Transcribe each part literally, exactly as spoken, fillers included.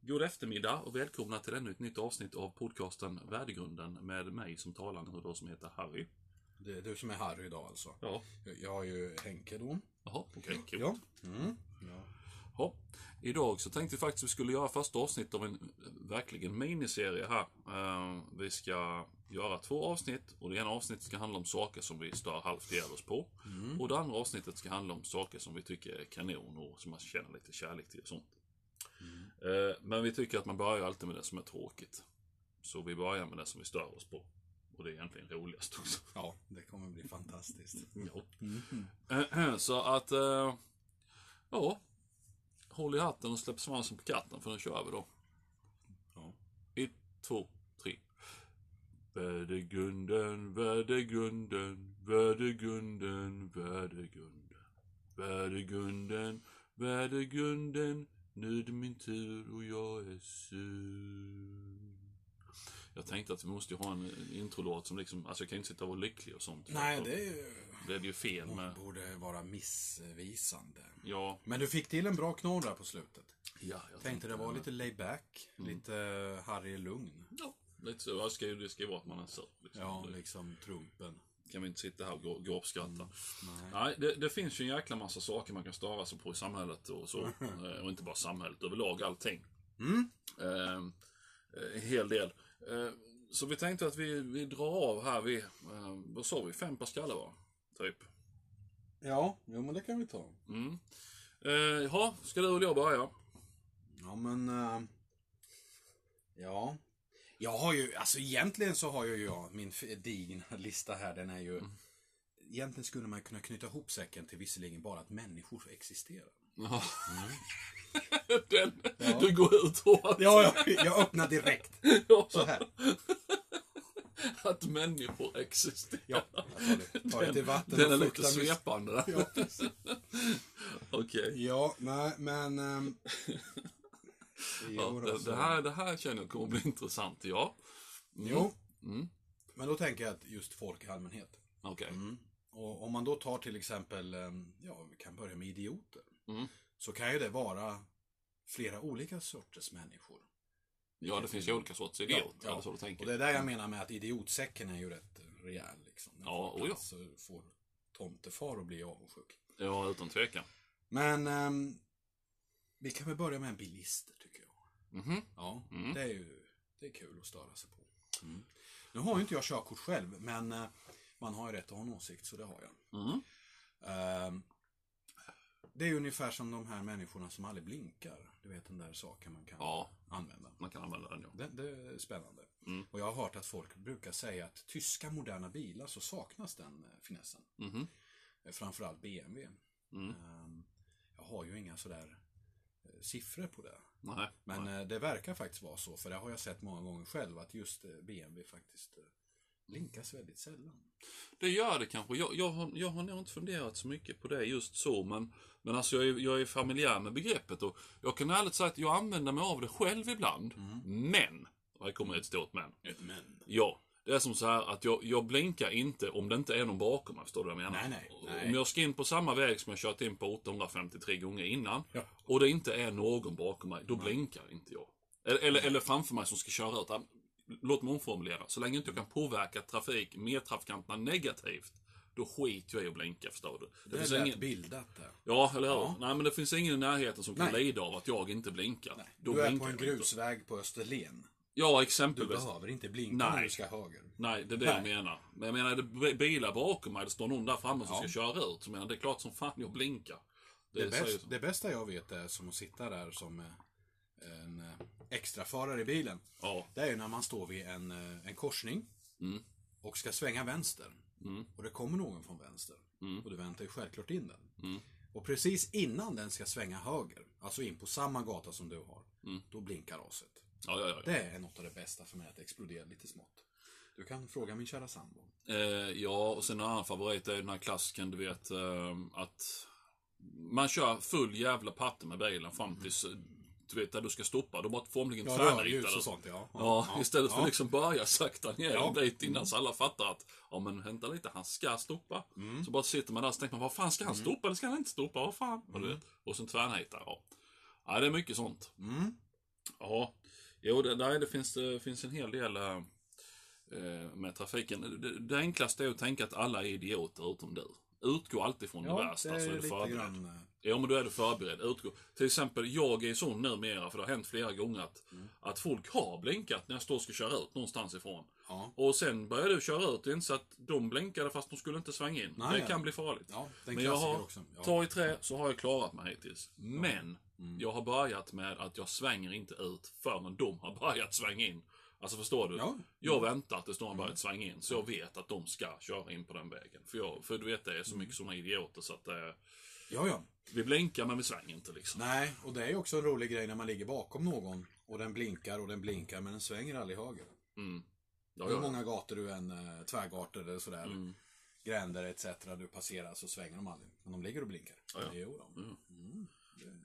God eftermiddag och välkomna till ännu ett nytt avsnitt av podcasten Värdegrunden med mig som talar nu då som heter Harry. Det är du som är Harry idag alltså? Ja. Jag, jag har ju Henke då. Jaha, okej, okay, kul. Ja. Mm. Ja. Ja. Idag så tänkte vi faktiskt att vi skulle göra första avsnitt av en verkligen miniserie här. Uh, vi ska göra två avsnitt och det ena avsnittet ska handla om saker som vi stör halvt ihjäl oss på. Mm. Och det andra avsnittet ska handla om saker som vi tycker är kanon och som man känner lite kärlek till och sånt. Mm. Uh, men vi tycker att man börjar alltid med det som är tråkigt. Så vi börjar med det som vi stör oss på. Och det är egentligen roligast också. Ja, det kommer bli fantastiskt. Ja. Mm. Uh, så att... Uh, ja... Håll i hatten och släpp svansen på katten, för nu kör vi då. Ja. Ett, två, tre. Värdegunden, värdegunden, värdegunden, värdegunden. Värdegunden, värdegunden, nu är det min tur och jag är sur. Jag tänkte att vi måste ha en introlåt som liksom, alltså jag kan inte sitta och vara lycklig och sånt. Nej, det är ju... Det är ju fel med... Det borde vara missvisande. Ja. Men du fick till en bra knorr där på slutet. Ja, jag tänkte, tänkte det var lite laid back, mm. lite Harry lugn. Ja, lite så. Jag ska ju, det ska ju vara att man är så. Liksom. Ja, liksom trumpen. Kan vi inte sitta här och gråpskratta. Mm. Nej, Nej det, det finns ju en jäkla massa saker man kan störa sig på i samhället och så. Och inte bara samhället, överlag allting. Mm. Eh, en hel del. Eh, så vi tänkte att vi, vi drar av här vid, eh, vad sa vi, fem per skalle var? Typ. Ja, jo men det kan vi ta. Mm. Eh, ja, ska du och jag börja? Ja men... Uh, ja... Jag har ju, alltså egentligen så har jag ju jag, min digna lista här, den är ju... Mm. Egentligen skulle man kunna knyta ihop säcken till visserligen bara att människor existerar. Ja. Mm. Den, ja. Du går ut hårt. Ja, jag, jag öppnar direkt. Ja. Så här. Att människor existerar. Ja, jag tar det, tar det till vatten. Den är lite svepande. Ja, okej. Okay. Ja, nej, men... Um, ja, det, det, här, det här känner jag kommer bli intressant, ja. Mm. Jo, mm. men då tänker jag att just folk i allmänhet. Okej. Okay. Mm. Och om man då tar till exempel, ja, vi kan börja med idioter. Mm. Så kan ju det vara flera olika sorters människor. Ja, det finns ju olika sorters idiot. Ja, ja. Så du tänker. Och det är där jag menar med att idiotsäcken är ju rätt rejäl. Liksom. Ja, och ja. Så får tomtefar att bli avundsjuk. Ja, utan tvekan. Men um, vi kan väl börja med en bilister, tycker jag. Mm-hmm. Ja, mm. det är ju det är kul att störa sig på. Mm. Nu har ju inte jag körkort själv, men uh, man har ju rätt att ha en åsikt, så det har jag. Mm. Uh, det är ju ungefär som de här människorna som aldrig blinkar. Du vet, den där saken man kan ja, använda. Man kan använda den, ja. Det, det är spännande. Mm. Och jag har hört att folk brukar säga att tyska moderna bilar så saknas den finessen. Mm. Framförallt B M W. Mm. Um, jag har ju inga sådär uh, siffror på det. Nej, Men nej. Uh, det verkar faktiskt vara så. För det har jag sett många gånger själv. Att just uh, B M W faktiskt uh, blinkas väldigt sällan. Det gör det kanske. Jag, jag, har, jag har nog inte funderat så mycket på det just så. Men, men alltså jag är, jag är familjär med begreppet. Och jag kan ärligt säga att jag använder mig av det själv ibland. Mm. Men, och här kommer ett stort men. Ett men. Ja, det är som så här att jag, jag blinkar inte om det inte är någon bakom mig. Förstår du vad jag menar? Nej, nej, nej. Om jag ska in på samma väg som jag kört in på åttahundrafemtiotre gånger innan. Ja. Och det inte är någon bakom mig. Då nej. blinkar inte jag. Eller, eller, eller framför mig som ska köra ut. Låt mig omformulera. Så länge inte jag kan påverka trafik, medtrafikanterna negativt, då skiter jag i att blinka, förstår du. Det, det finns är ingen... bildat där. Ja, eller hur? Ja. Nej, men det finns ingen i närheten som kan Nej. lida av att jag inte blinkar. Nej. Då du är blinkar på en grusväg inte. På Österlen. Ja, exempelvis. Du behöver inte blinka Nej. när du ska höger. Nej, det är det Nej. jag menar. Men jag menar, det bilar bakom mig, det står någon där framme som ja. ska köra ut. Så menar, det är klart som fan jag blinkar. Det, det, bäst, det bästa jag vet är som att sitta där som en extraförare i bilen. Ja. Det är ju när man står vid en, en korsning mm. och ska svänga vänster. Mm. Och det kommer någon från vänster. Mm. Och du väntar ju självklart in den. Mm. Och precis innan den ska svänga höger, alltså in på samma gata som du har, mm. då blinkar aset. Ja, ja, ja, ja. Det är något av det bästa för mig, att explodera lite smått. Du kan fråga min kära sambo. Eh, ja, och sen en annan favorit är den här klassiken, du vet, eh, att man kör full jävla patte med bilen fram tills mm. du vet, där du ska stoppa. De har formligen ja, tvärnitar. Och sånt, ja. Ja, ja, istället för ja. liksom börja sakta ner ja. en bit innan så alla fattar att ja, men hämta lite, han ska stoppa. Mm. Så bara sitter man där och tänker man, vad fan ska han stoppa? Eller ska han inte stoppa? Vad fan? Mm. Och, du vet, och sen tvärnitar, ja. Ja, det är mycket sånt. Mm. Ja, jo, det, nej, det finns, det finns en hel del äh, med trafiken. Det, det enklaste är att tänka att alla är idioter utom du. Utgå alltid från Ja, det värsta, det är så är du lite förberedd. grann, eh, Ja, men då är du förberedd. Utgå. Till exempel, jag är sån numera, för det har hänt flera gånger att, Mm. att folk har blinkat när jag står och ska köra ut någonstans ifrån. Ja. Och sen börjar du köra ut, det är inte så att de blinkade fast de skulle inte svänga in. Nej, det ja. kan bli farligt. Ja, den Men jag klassiker har, också. Ja. ta i trä, så har jag klarat mig hittills. Men, Mm. jag har börjat med att jag svänger inte ut förrän de har börjat svänga in. Alltså förstår du? Ja. Jag väntar tills de har börjat svänga in, så jag vet att de ska köra in på den vägen. För, jag, för du vet, det är så mycket såna idioter så att eh, Ja, ja. vi blinkar men vi svänger inte liksom. Nej, och det är ju också en rolig grej när man ligger bakom någon och den blinkar och den blinkar men den svänger aldrig höger. Mm. Ja, Hur ja. många gator du än, äh, tvärgator eller sådär, Mm. gränder et cetera du passerar så svänger de aldrig. Men de ligger och blinkar. Ja, ja. Jo, då. Mm. Mm. Det-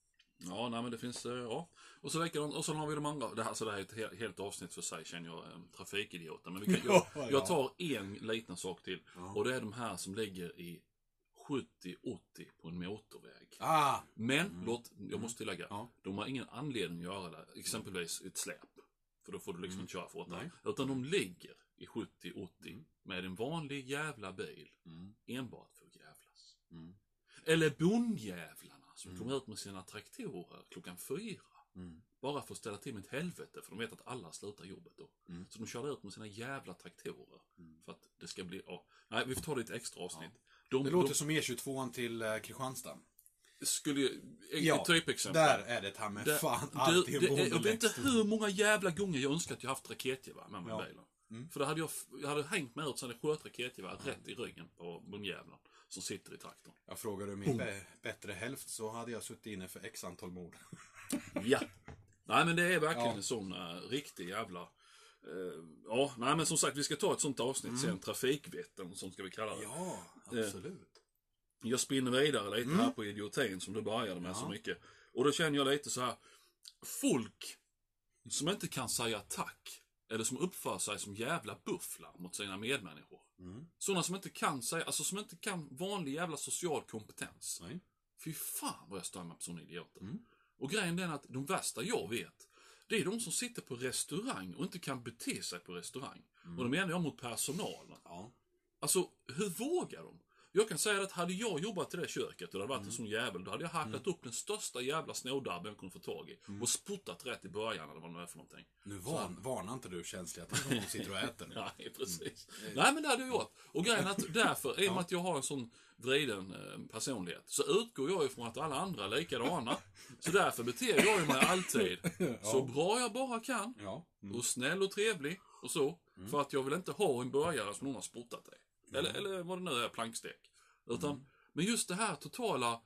Ja, nej men det finns, eh, ja. Och så, likadant, och så har vi de andra, det här, så det här är ett helt, helt avsnitt för sig känner jag, eh, trafikidioter. Men vi kan, jag, Ja, ja. jag tar en liten sak till. Ja. Och det är de här som ligger i sjuttio åttio på en motorväg. Ah! Men, låt, jag måste tillägga, Ja. de har ingen anledning att göra det. Exempelvis ett släp. För då får du liksom inte köra fortare. Nej. Utan de ligger i sjuttio åttio med en vanlig jävla bil. Mm. Enbart för att jävlas. Mm. Eller bondjävlarna som kommer ut med sina traktorer klockan fyra. Mm. Bara för att ställa till med ett helvete, för de vet att alla slutar jobbet då. Mm. Så de körde ut med sina jävla traktorer. För att det ska bli, ja. Nej, vi får ta det i ett extra avsnitt. De, Det låter de som E tjugotvåan till eh, Kristianstad. skulle ju, ett Ja, typexempel. där är det här med Där- fan det, alltid en det, bonde jag vet inte längst. hur många jävla gånger jag önskat att jag haft raketgevär med mig Ja. i bilen. Mm. För då hade jag, jag hade hängt mig ut så hade jag sköt raketgevär rätt i ryggen på bondjävlarn som sitter i traktorn. Jag frågade min b- bättre hälft så hade jag suttit inne för x antal mord. Ja. Nej men det är verkligen Ja. en sån uh, riktig jävla... Uh, ja, nej men som sagt vi ska ta ett sånt avsnitt sen, trafikvetten som ska vi kalla det. Ja, absolut. Jag spinner vidare lite Mm. här på idiotin som du började med Ja. så mycket. Och då känner jag lite så här. Folk som inte kan säga tack. Eller som uppför sig som jävla bufflar mot sina medmänniskor. Mm. Sådana som inte kan säga, alltså som inte kan vanlig jävla social kompetens. Nej. Fy fan vad jag stör mig på sådana idioter. Mm. Och grejen är den att de värsta jag vet, det är de som sitter på restaurang och inte kan bete sig på restaurang. Och då menar jag mot personalen. Ja. Alltså, hur vågar de? Jag kan säga att hade jag jobbat i det köket och det hade varit en sån jävel, då hade jag hackat upp den största jävla snådabben jag kunde få tag i. Och spottat rätt i början eller vad det är för någonting. Nu van, varnar inte du känsliga att de sitter och äter nu. Nej, precis. Nej, men det hade jag gjort. Och grejen är att därför, i och med att jag har en sån vriden eh, personlighet, så utgår jag ifrån att alla andra är likadana. Så därför beter jag mig alltid så bra jag bara kan. Ja. Mm. Och snäll och trevlig och så. För att jag vill inte ha en burgare som någon har spottat i. Eller, eller vad det nu är, plankstek. Utan, Mm. men just det här totala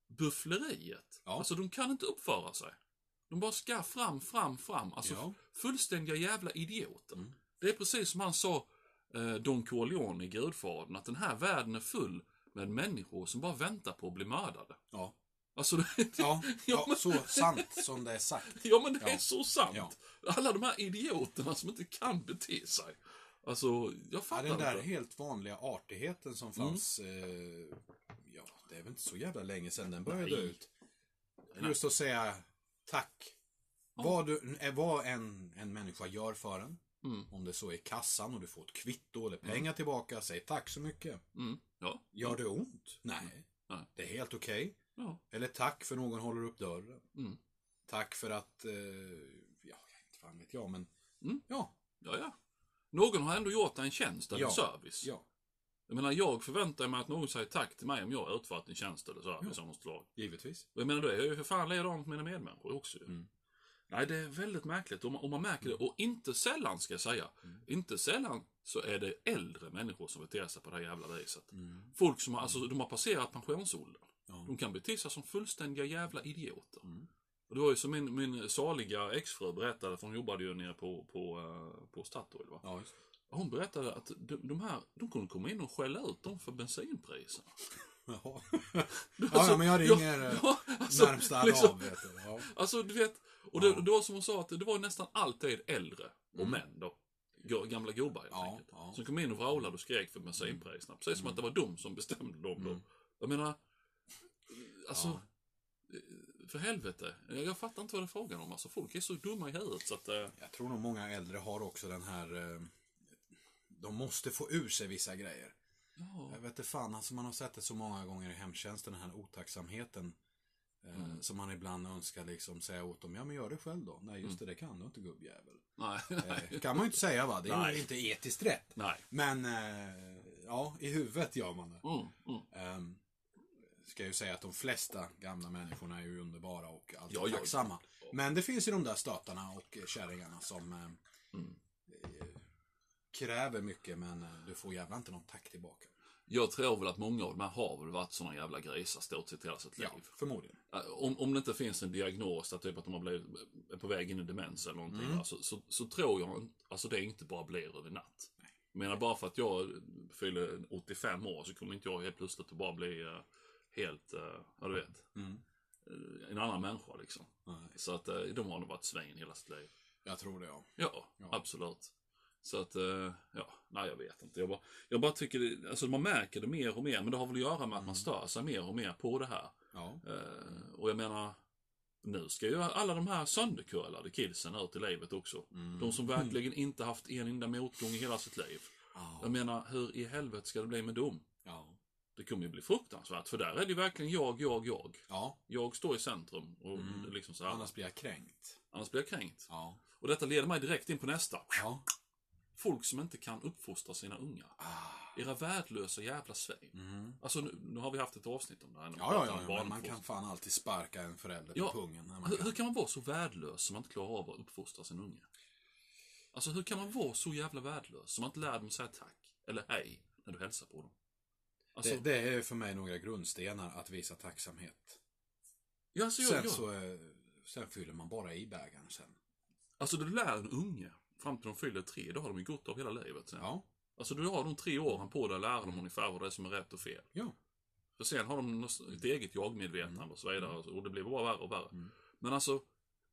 buffleriet. Ja. Alltså de kan inte uppföra sig. De bara ska fram, fram, fram. Alltså Ja. fullständiga jävla idioter. Mm. Det är precis som han sa, eh, Don Corleone i Gudfadern, att den här världen är full med människor som bara väntar på att bli mördade. Ja. Alltså, det, Ja. Ja, Ja, men- så sant som det är sagt. ja men det Ja. är så sant. Ja. Alla de här idioterna som inte kan bete sig. Alltså, jag Ja, fattar den där inte. helt vanliga artigheten som fanns, eh, ja, det är väl inte så jävla länge sedan den började Nej. ut. Just att säga tack. Ja. Vad, du, eh, vad en, en människa gör för en, Mm. om det så är kassan och du får ett kvitto eller pengar tillbaka, säg tack så mycket. Mm. Ja. Gör det ont? Nej. Nej. Det är helt okej. Ja. Eller tack för någon håller upp dörren. Mm. Tack för att, eh, ja, inte fan vet jag, men Mm. ja. Ja, ja. Någon har ändå gjort en tjänst eller Ja. service. Ja, Jag menar, jag förväntar mig att någon säger tack till mig om jag har utfört en tjänst eller service av något slag. givetvis. Och jag menar, det är ju för fan likadant med mina medmänniskor också ju. Mm. Nej, det är väldigt märkligt. Och man, och man märker det. Och inte sällan, ska jag säga. Inte sällan så är det äldre människor som beter sig på det här jävla viset. Mm. Folk som har, alltså, de har passerat pensionsåldern. Ja. De kan bete sig som fullständiga jävla idioter. Mm. Och det var ju som min, min saliga exfru berättade, för hon jobbade ju nere på, på, uh, på Statoil, va? Ja, just. Hon berättade att de, de här, de kunde komma in och skälla ut dem för bensinpriserna. Jaha. Ja, ja, men jag ringer eh, ja, alltså, närmsta liksom, av, vet du. Ja. Alltså, du vet, och det, det var som hon sa, att det var nästan alltid äldre och män då. G- Gamla gubbar helt Ja, enkelt. ja. Som kom in och vrålade och skrek för bensinpriserna. Precis som att det var de som bestämde dem då. Mm. Jag menar, alltså, för helvete. Jag fattar inte vad det är frågan om. Alltså, folk är så dumma i huvudet så att... Uh... Jag tror nog många äldre har också den här... Uh, de måste få ur sig vissa grejer. Ja. Jag vet inte fan, alltså man har sett det så många gånger i hemtjänsten, den här otacksamheten. Mm. Som man ibland önskar liksom säga åt dem, ja men gör det själv då. Nej just det, det kan du inte, gubbjävel. Nej. Eh, kan man ju inte säga, va? Det är Nej. ju inte etiskt rätt. Nej. Men eh, ja, i huvudet gör man det. Mm. Mm. Um, ska ju säga att de flesta gamla människorna är ju underbara och alltid ja, tacksamma. Ja. Men det finns ju de där stötarna och kärringarna som eh, mm. eh, kräver mycket, men eh, du får jävla inte någon tack tillbaka. Jag tror väl att många av de här har väl varit såna jävla grisar stort sett hela sitt liv. Ja, förmodligen. Om, om det inte finns en diagnos att, typ att de har blivit på väg in i demens eller någonting, mm. så, så, så tror jag alltså det inte bara blir över natt. Nej. Jag menar, bara för att jag fyller åttiofem år så kommer inte jag helt plötsligt att bara bli uh, helt, uh, ja du vet, mm. uh, en annan människa liksom. Nej. Så att uh, de har nog varit svin hela sitt liv. Jag tror det, ja. Ja, ja. Absolut. Så att, ja, nej jag vet inte. Jag bara, jag bara tycker, det, alltså man märker det mer och mer, men det har väl att göra med att mm. man stör sig mer och mer på det här. Ja. Uh, och jag menar, nu ska ju alla de här sönderkurlade kidsen ut i livet också. Mm. De som verkligen inte haft en enda motgång i hela sitt liv. Ja. Jag menar, hur i helvete ska det bli med dem? Ja. Det kommer ju bli fruktansvärt, för där är det ju verkligen jag, jag, jag. Ja. Jag står i centrum. Och mm. liksom så här. Annars blir jag kränkt. Annars blir jag kränkt. Ja. Och detta leder mig direkt in på nästa. Ja. Folk som inte kan uppfostra sina unga. Ah. Era värdelösa jävla svin. Mm. Alltså nu, nu har vi haft ett avsnitt om det här. Ja, ja, ja, ja men man kan fan alltid sparka en förälder ja, på pungen. Hur kan. hur kan man vara så värdelös som man inte klarar av att uppfostra sin unge? Alltså hur kan man vara så jävla värdelös som man inte lär dem att säga tack eller hej när du hälsar på dem? Alltså, det, det är för mig några grundstenar att visa tacksamhet. Ja, alltså, sen, jag, jag. Så, eh, sen fyller man bara i bägaren sen. Alltså du lär en unge fram till de fyller tre, då har de ju gått av hela livet sen. Ja. Alltså du har de tre åren på dig att lära dem ungefär vad det är som är rätt och fel. Ja. För sen har de ett eget jagmedvetande mm. och så vidare. Och det blir bara värre och värre. Mm. Men alltså,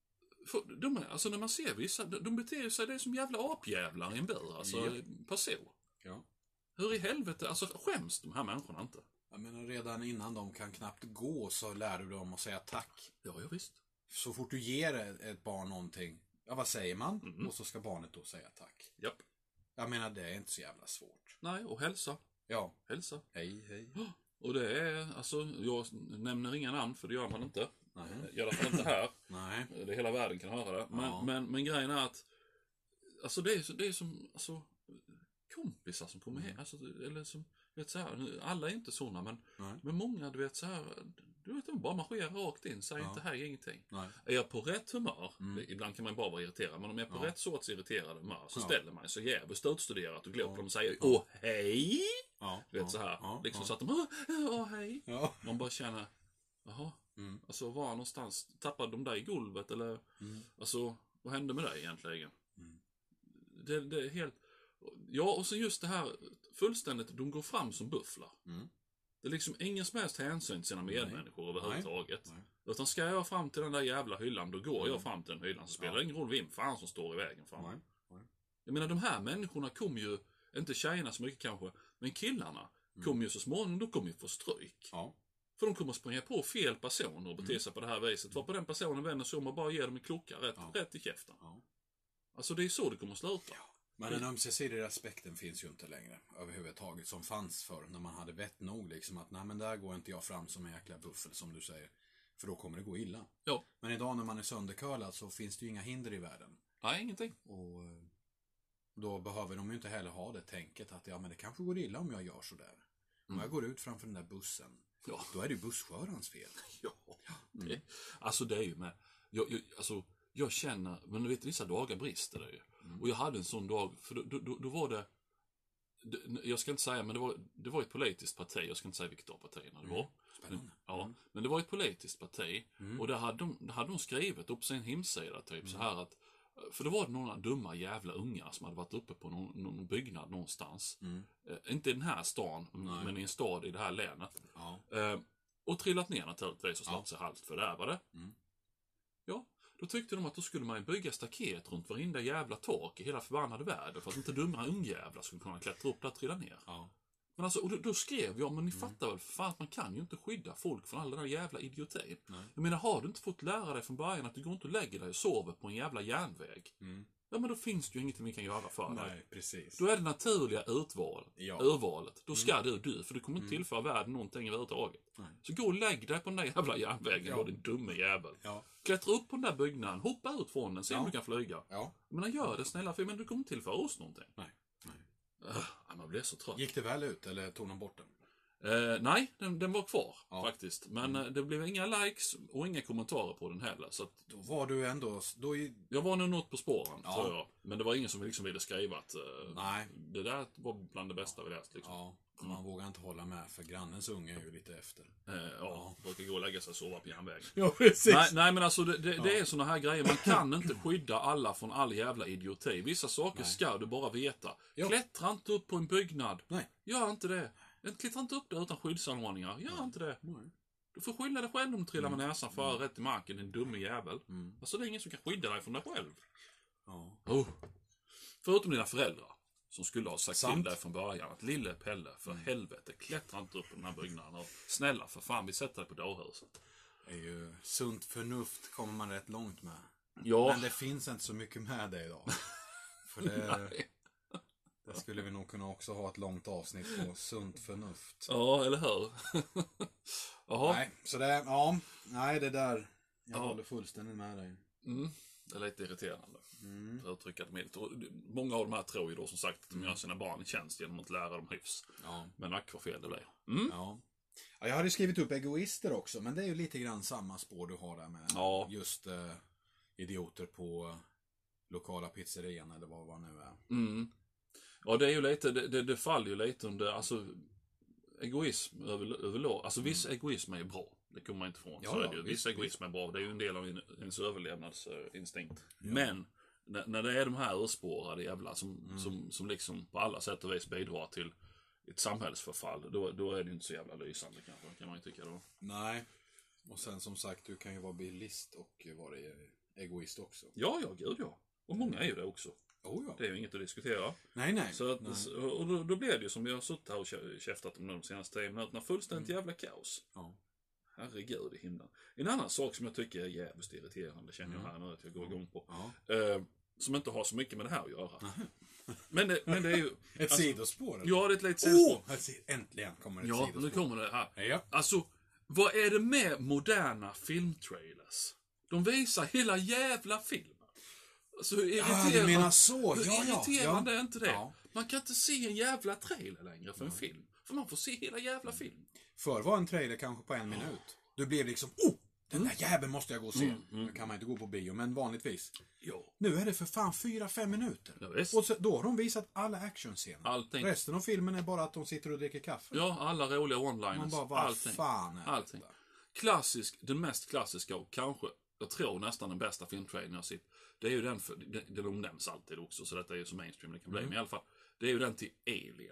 för, de är, alltså när man ser vissa, de, de beter sig det är som jävla apjävlar i en bur. Alltså, ja. person. Ja. Hur i helvete, alltså skäms de här människorna inte? Jag menar, redan innan de kan knappt gå så lär du dem att säga tack. Ja, ja visst. Så fort du ger ett barn någonting, ja vad säger man? Mm. Och så ska barnet då säga tack. Japp. Jag menar, det är inte så jävla svårt. Nej, och hälsa. Ja. Hälsa. Hej, hej. Och det är, alltså, jag nämner inga namn för det gör man inte. Nej. I alla fall inte här. Nej. Det hela världen kan höra det. Men, ja. men, men grejen är att, alltså det är, det är som, alltså, kompisar som kommer hem. Alltså, eller som, vet så här, alla är inte sådana, men, men många, du vet så här, du vet, de bara marscherar rakt in, säger ja. inte hej, ingenting. Nej. Är jag på rätt humör, mm. ibland kan man bara vara irriterad, men om jag är på ja. rätt sorts irriterad humör, så ja. ställer man sig jävligt utstuderat och glöper ja. dem och säger, åh hej! Ja. Du vet så här, ja. liksom ja. så att de, åh hej! Ja. Man bara känner, jaha, mm. alltså var någonstans, tappade de där i golvet eller, mm. alltså, vad hände med dig egentligen? Mm. Det, det är helt, ja, och så just det här, fullständigt, de går fram som bufflar. Mm. Det är liksom ingen som helst hänsyn till sina medmänniskor Nej. överhuvudtaget. Nej. Utan ska jag fram till den där jävla hyllan, då går mm. jag fram till den hyllan. Så spelar det ja. ingen roll vem fan som står i vägen fram. Nej. Nej. Jag menar, de här människorna kommer ju, inte tjejerna så mycket kanske, men killarna mm. kommer ju så småningom, då kommer ju få stryk. Ja. För de kommer springa på fel personer och bete mm. sig på det här viset. Var på den personen vänder sig om och bara ger dem en klocka rätt, ja. rätt i käften. Ja. Alltså det är så det kommer att sluta. Ja. Men den ömsesidiga aspekten finns ju inte längre överhuvudtaget, som fanns för när man hade vett nog liksom att nej men där går inte jag fram som en jäkla buffel som du säger, för då kommer det gå illa. Ja. Men idag när man är sönderkörlad så finns det ju inga hinder i världen. Nej, ingenting. Och då behöver de ju inte heller ha det tänket att ja men det kanske går illa om jag gör så där. Mm. Om jag går ut framför den där bussen, ja. då är det ju busschaufförens fel. Ja, mm. det, alltså det är ju med, jag, jag, alltså jag känner, men du vet vissa dagar brister det ju. Mm. Och jag hade en sån dag, för då, då, då var det, det, jag ska inte säga, men det var, det var ett politiskt parti, jag ska inte säga vilket av partierna det var. Mm. Spännande. Ja, mm. men det var ett politiskt parti, mm. och där hade de, där hade de skrivit upp sin hemsida typ mm. så här att, för det var det några dumma jävla ungar som hade varit uppe på någon, någon byggnad någonstans. Mm. Eh, inte i den här stan, Nej. men i en stad i det här länet. Ja. Eh, och trillat ner naturligtvis och slått ja. sig halvt för där var det. Mm. Ja, då tyckte de att då skulle man bygga staket runt varenda jävla tak i hela förbannade världen för att inte dumma ungjävlar skulle kunna klättra upp där och trilla ner. Ja. Men alltså, och då, då skrev jag, men ni mm. fattar väl för fan att man kan ju inte skydda folk från all den där jävla idiotin. Nej. Jag menar, har du inte fått lära dig från början att du går inte och lägger dig och sover på en jävla järnväg? Mm. Ja, men då finns det ju ingenting vi kan göra för dig. Nej, precis. Då är det naturliga utval, ja. urvalet. Då ska mm. du dö, för du kommer inte tillföra mm. världen någonting överhuvudtaget. Nej. Så gå och lägg dig på den där jävla järnvägen, ja. då, din dumme jävel. Ja. Klättra upp på den där byggnaden, hoppa ut från den, se ja. om du kan flyga. Ja. Men gör det snälla, för men du kommer inte tillföra oss någonting. Nej. Nej. Uh, man blir så trött. Gick det väl ut, eller tog de bort den? Uh, nej, den, den var kvar ja. faktiskt. Men mm. uh, det blev inga likes och inga kommentarer på den heller. Så att, då var du ändå... Då i... Jag var nog något på spåren, ja. tror jag. Men det var ingen som liksom ville skriva att uh, nej. det där var bland det bästa vi läst. Liksom. Ja, man mm. vågar inte hålla med, för grannens unge är ju lite efter. Uh, ja, ja. brukar gå och lägga sig och sova på järnvägen. Ja, precis. Nej, nej, men alltså det, det, ja. det är såna här grejer. Man kan inte skydda alla från all jävla idioti. Vissa saker nej. ska du bara veta. Jo. Klättra inte upp på en byggnad. Nej. Gör inte det. Klättra inte upp där utan skyddsanordningar. Gör Nej. inte det. Nej. Du får skylla dig själv om du trillar med näsan för mm. rätt i marken, din dumme jävel. Mm. Alltså det är ingen som kan skydda dig från dig själv. Ja. Oh. Förutom dina föräldrar. Som skulle ha sagt Sant. till dig från början att lille Pelle, för mm. helvete, klättra inte upp på den här byggnaden. Och snälla, för fan, vi sätter dig på dårhuset. Det är ju sunt förnuft kommer man rätt långt med. Ja. Men det finns inte så mycket med det idag. För det... Det skulle vi nog kunna också ha ett långt avsnitt på sunt förnuft. Ja, eller hur? Nej, så det, ja, nej det där, jag ja. håller fullständigt med dig. Mm, det är lite irriterande. Mm. För att uttrycka det milt. Och många av de här tror ju då som sagt att de gör sina barn i tjänst genom att lära dem hyfs. Ja. Men ack vad fel det blir. Mm. Ja. Ja, jag hade skrivit upp egoister också, men det är ju lite grann samma spår du har där med ja. just eh, idioter på lokala pizzerian eller vad vad nu är. Mm. Ja, det är ju lite, det, det, det faller ju lite under, alltså egoism över, överlag. Alltså viss mm. egoism är ju bra. Det kommer man inte ifrån. Ja, så är det ju. Viss egoism är bra. Det är ju en del av ens överlevnadsinstinkt. Ja. Men när, när det är de här urspårade jävla som, mm. som, som liksom på alla sätt och vis bidrar till ett samhällsförfall, då, då är det inte så jävla lysande kanske, kan man ju tycka då. Nej. Och sen som sagt, du kan ju vara bilist och vara egoist också. Ja, ja, gud ja. Och många är ju det också. Oh ja. Det är ju inget att diskutera. Nej, nej. Så att, nej. Och då, då blir det ju som vi har suttit här och käftat om de senaste tio minuterna. Fullständigt mm. jävla kaos. Ja. Herregud i himlen. En annan sak som jag tycker är jävligt irriterande, känner jag här nu att jag går igång på. Ja. Eh, som inte har så mycket med det här att göra. Men det, men det är ju... ett alltså, sidospår? Eller? Ja, det är ett litet sidospår. Oh, äntligen kommer ett ja, sidospår. Ja, nu kommer det här. Ja. Alltså, vad är det med moderna filmtrailers? De visar hela jävla filmen. Så irriterande. Ja, du menar så. Ja, ja, irriterande ja. är inte det. Ja. Man kan inte se en jävla trailer längre för en ja. film. För man får se hela jävla film. Förr var en trailer kanske på en minut. Du blev liksom, oh, den där jäveln måste jag gå och se. Mm, mm. Nu kan man inte gå på bio, men vanligtvis. Ja. Nu är det för fan fyra, fem minuter. Ja, visst. Och så, då har de visat alla actionscener. Allting. Resten av filmen är bara att de sitter och dricker kaffe. Ja, alla roliga one-liners. Man bara, vad Allting. fan är Allting. Detta? Klassisk, den mest klassiska och kanske, jag tror nästan den bästa filmtrailern jag har sett. Det är ju den, för, det, det de nämns alltid också, så detta är ju så mainstream det kan bli. Mm. Men i alla fall, det är ju den till Alien.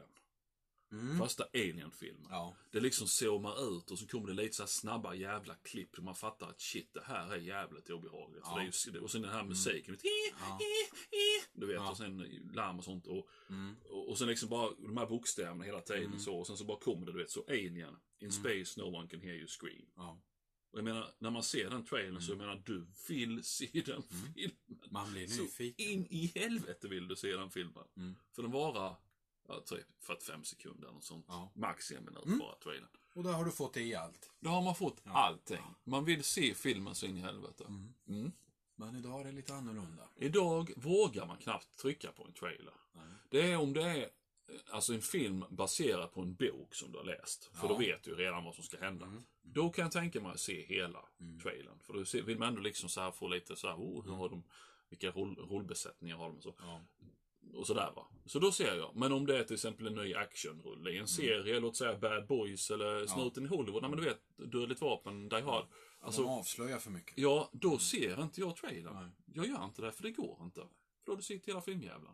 Mm. Första Alien-filmen. Ja. Det liksom zoomar ut och så kommer det lite så här snabba jävla klipp. Och man fattar att shit, det här är jävligt obehagligt. Ja. För det är ju, och sen den här musiken. Mm. Ja. Du vet, ja. Och sen larm och sånt. Och, mm. och, och sen liksom bara de här bokstäverna hela tiden. Mm. Så, och sen så bara kommer det, du vet, så Alien. In space, no one can hear you scream. Ja. Och jag menar, när man ser den trailern mm. så jag menar, du vill se den mm. filmen. Man blir nyfiken. Så in i helvete vill du se den filmen. Mm. För den varar ja, typ fyrtiofem sekunder och sånt. Ja. Max en minut mm. bara trailern. Och då har du fått det i allt. Då har man fått ja. allting. Man vill se filmen så in i helvete. Mm. Mm. Men idag är det lite annorlunda. Idag vågar man knappt trycka på en trailer. Nej. Det är om det är alltså en film baserad på en bok som du har läst. För ja. då vet du redan vad som ska hända. Mm. Då kan jag tänka mig att se hela mm. trailern. För då vill man ändå liksom så här få lite så här, oh, hur har de, vilka roll, rollbesättningar har de och så. Ja. Och sådär va. Så då ser jag. Men om det är till exempel en ny actionrulle i en serie, mm. låt säga Bad Boys eller Snuten ja. i Hollywood. Nej men du vet, Dödligt vapen, Die Hard. Ja. Alltså, de avslöjar för mycket. Ja, då ser inte jag trailern. Nej. Jag gör inte det, för det går inte. För då har du sett hela filmjävlar.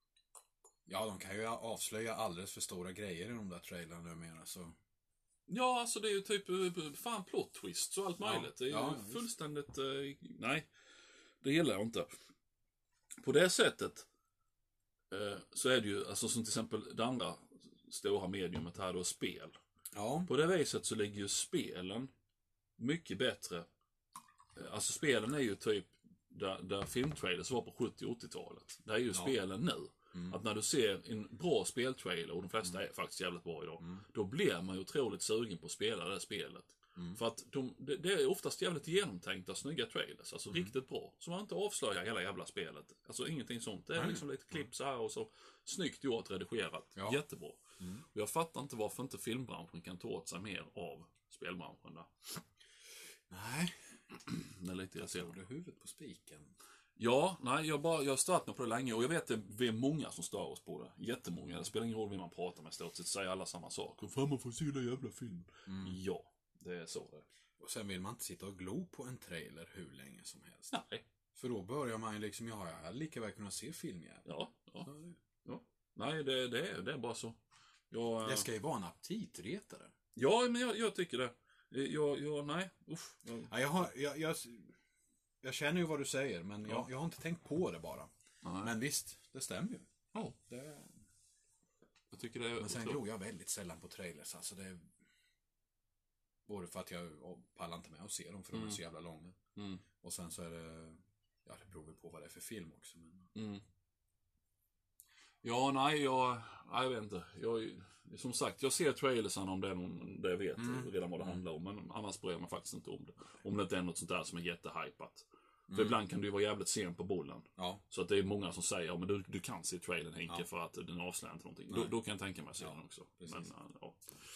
Ja, de kan ju avslöja alldeles för stora grejer i de där trailern numera, så... Ja, alltså det är ju typ fan plot twists och allt möjligt. Ja, det är ja, ju fullständigt... Uh, nej, det gillar jag inte. På det sättet uh, så är det ju, alltså som till exempel det andra stora mediumet här då, spel. Ja. På det viset så ligger ju spelen mycket bättre. Alltså spelen är ju typ där, där filmtrailers var på sjuttio- och åttiotalet. Det är ju ja. spelen nu. Mm. Att när du ser en bra speltrailer, och de flesta mm. är faktiskt jävligt bra idag, mm. då blir man ju otroligt sugen på att spela det här spelet. Mm. För att de, det, det är oftast jävligt genomtänkta, snygga trailers. Alltså mm. riktigt bra. Så man inte avslöjar hela jävla spelet. Alltså ingenting sånt. Det är mm. liksom lite klipp så här och så snyggt gjort, redigerat. Ja. Jättebra. Mm. Och jag fattar inte varför inte filmbranschen kan ta åt sig mer av spelbranschen där. Nej. Det är lite jag ser. Har du huvudet på spiken? Ja, nej, jag bara, jag har stört mig på det länge och jag vet att vi är många som stör oss på det. Jättemånga. Det spelar ingen roll vem man pratar med, stort sett säger alla samma sak. Och fan, man får se den jävla film. Mm. Ja, det är så det. Och sen vill man inte sitta och glo på en trailer hur länge som helst. Nej. För då börjar man ju liksom, ja, jag hade lika väl kunna se film igen. Ja, ja. ja. Nej, det, det, är, det är bara så. Jag, det ska ju vara en aptitretare. Ja, men jag, jag tycker det. Jag, jag, nej, usch. Jag, ja, jag, har, jag, jag, jag känner ju vad du säger, men ja. jag, jag har inte tänkt på det bara. Nej. Men visst, det stämmer ju. Ja. Det... Jag tycker det är men sen glor jag väldigt sällan på trailers. Alltså det är... Både för att jag pallar inte med att se dem, för de är så jävla långa. Mm. Och sen så är det... Ja, det beror på vad det är för film också. Men... Mm. Ja, nej, jag... Nej, jag vet inte. Jag, som sagt, jag ser trailersen om det är någon, det jag vet mm. redan vad det handlar om. Men annars bryr jag mig faktiskt inte om det. Om det inte är något sånt där som är jättehypat. För mm. ibland kan du ju vara jävligt sen på bollen. Ja. Så att det är många som säger, ja, men du, du kan se trailern, Henke, ja. för att den avslöjar inte någonting. Då, då kan jag tänka mig att se ja, den också. Men, ja.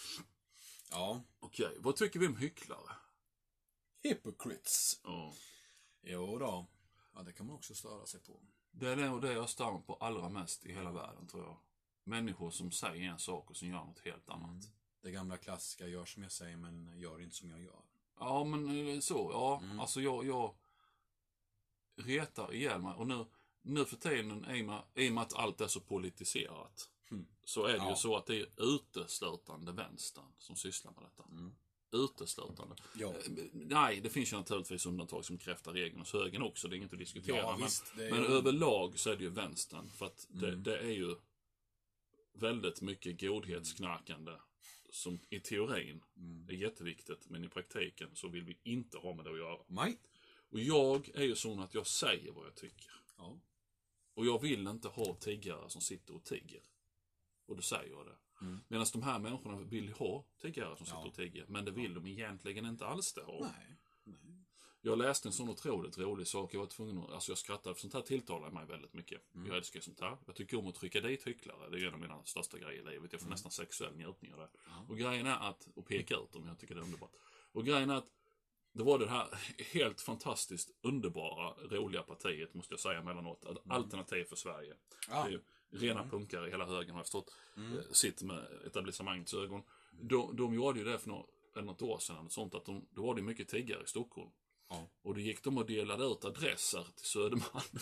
Ja. Okej, okay. Vad tycker vi om hycklare? Hypocrites. Ja. Jo då. Ja, det kan man också störa sig på. Det är nog det jag stör mig på allra mest i hela världen, tror jag. Människor som säger en sak och som gör något helt annat. Mm. Det gamla klassiska, gör som jag säger men gör inte som jag gör. Ja, men så. Ja, mm. alltså jag, jag retar ihjäl mig. Och nu, nu för tiden, i och med, i och med att allt är så politiserat, mm. så är det ja. ju så att det är uteslutande vänstern som sysslar med detta. Mm. Uteslutande. Ja. Nej, det finns ju naturligtvis undantag som kräftar regeln hos högen också. Det är inget att diskutera. Ja, men visst, men ju... överlag så är det ju vänstern. För att mm. det, det är ju väldigt mycket godhetsknarkande som i teorin mm. är jätteviktigt. Men i praktiken så vill vi inte ha med det att göra. Nej. Och jag är ju sån att jag säger vad jag tycker. Ja. Och jag vill inte ha tiggare som sitter och tigger. Och då säger jag det. Mm. Medan de här människorna vill ha tiggare som sitter ja. och tigger. Men det vill de egentligen inte alls det ha. Nej. Nej. Jag läste en sån otroligt rolig sak. Jag var tvungen att, alltså jag skrattade, för sånt här tilltalar mig väldigt mycket. Mm. Jag älskar sånt här. Jag tycker om att trycka dit hycklare. Det är en av mina största grejer i livet. Jag får mm. nästan sexuell njutning av det. Mm. Och grejen är att, och peka ut dem, jag tycker det är underbart. Och grejen är att det var det här helt fantastiskt underbara, roliga partiet, måste jag säga emellanåt. Mm. Alternativ för Sverige. Ja. Det är ju rena mm. punkare i hela högen, har jag förstått. Mm. Sitter med etablissemangets ögon. De, de gjorde ju det för något, något år sedan. Sånt att de, då var det mycket tiggare i Stockholm. Ja. Och då gick de och delade ut adresser till Södermalm.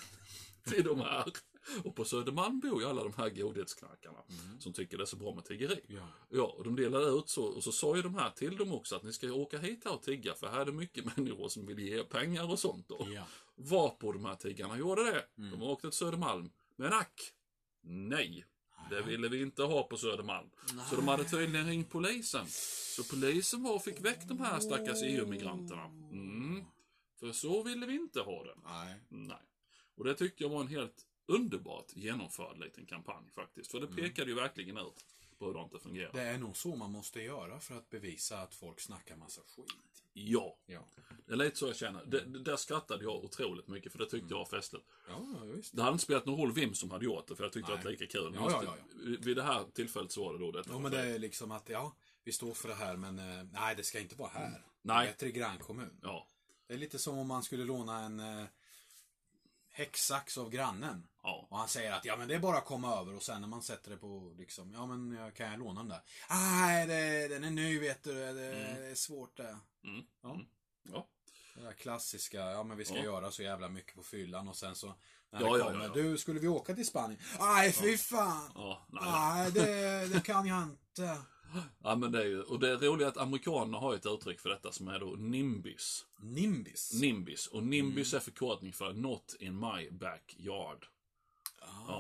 till de här. Och på Södermalm bor ju alla de här godhetsknarkarna mm. som tycker det är så bra med tiggeri. Ja. Ja, och de delade ut så. Och så sa ju de här till dem också att ni ska åka hit här och tigga. För här är det mycket människor som vill ge pengar och sånt då. Ja. Var på de här tiggarna gjorde det. Mm. De åkte till Södermalm. Men ack, nej. Det ville vi inte ha på Södermalm. Nej. Så de hade tydligen ringt polisen. Så polisen var och fick väck de här stackars E U-migranterna. Mm. För så ville vi inte ha det. Nej. Nej. Och det tyckte jag var en helt underbart genomförd liten kampanj faktiskt. För det pekade mm. ju verkligen ut på hur det inte fungerar. Det är nog så man måste göra för att bevisa att folk snackar massa skit. Ja. ja. Det är lite så jag känner. Det, det där skrattade jag otroligt mycket, för det tyckte mm. jag var festligt. Ja, visst. Det hade inte spelat någon roll vem som hade gjort det, för jag tyckte Nej. det var lika kul. Ja, ja, ja, ja. Vid det här tillfället så var det då det. Ja, men det är liksom att, ja, vi står för det här, men eh, nej, det ska inte vara här. Mm. Nej. Det är bättre i grannkommun. Ja. Det är lite som om man skulle låna en eh, häcksax av grannen. Ja. Och han säger att, ja men det är bara att komma över. Och sen när man sätter det på, liksom, ja men kan jag låna den där? Nej, det, den är ny, vet du. Det, mm. det är svårt det. Mm. Ja. Mm. Ja. Det där klassiska, ja men vi ska ja. göra så jävla mycket på fyllan. Och sen så, när ja, det ja, kommer, ja, ja. du, skulle vi åka till Spanien? Nej, fy fan. Ja, nej, nej det, det kan jag inte. Ja, men det är ju, och det är roligt att amerikanerna har ett uttryck för detta som är då NIMBYs. NIMBYs? NIMBYs. Och NIMBYs mm. är förkortning för Not in my backyard. Ah. Ja.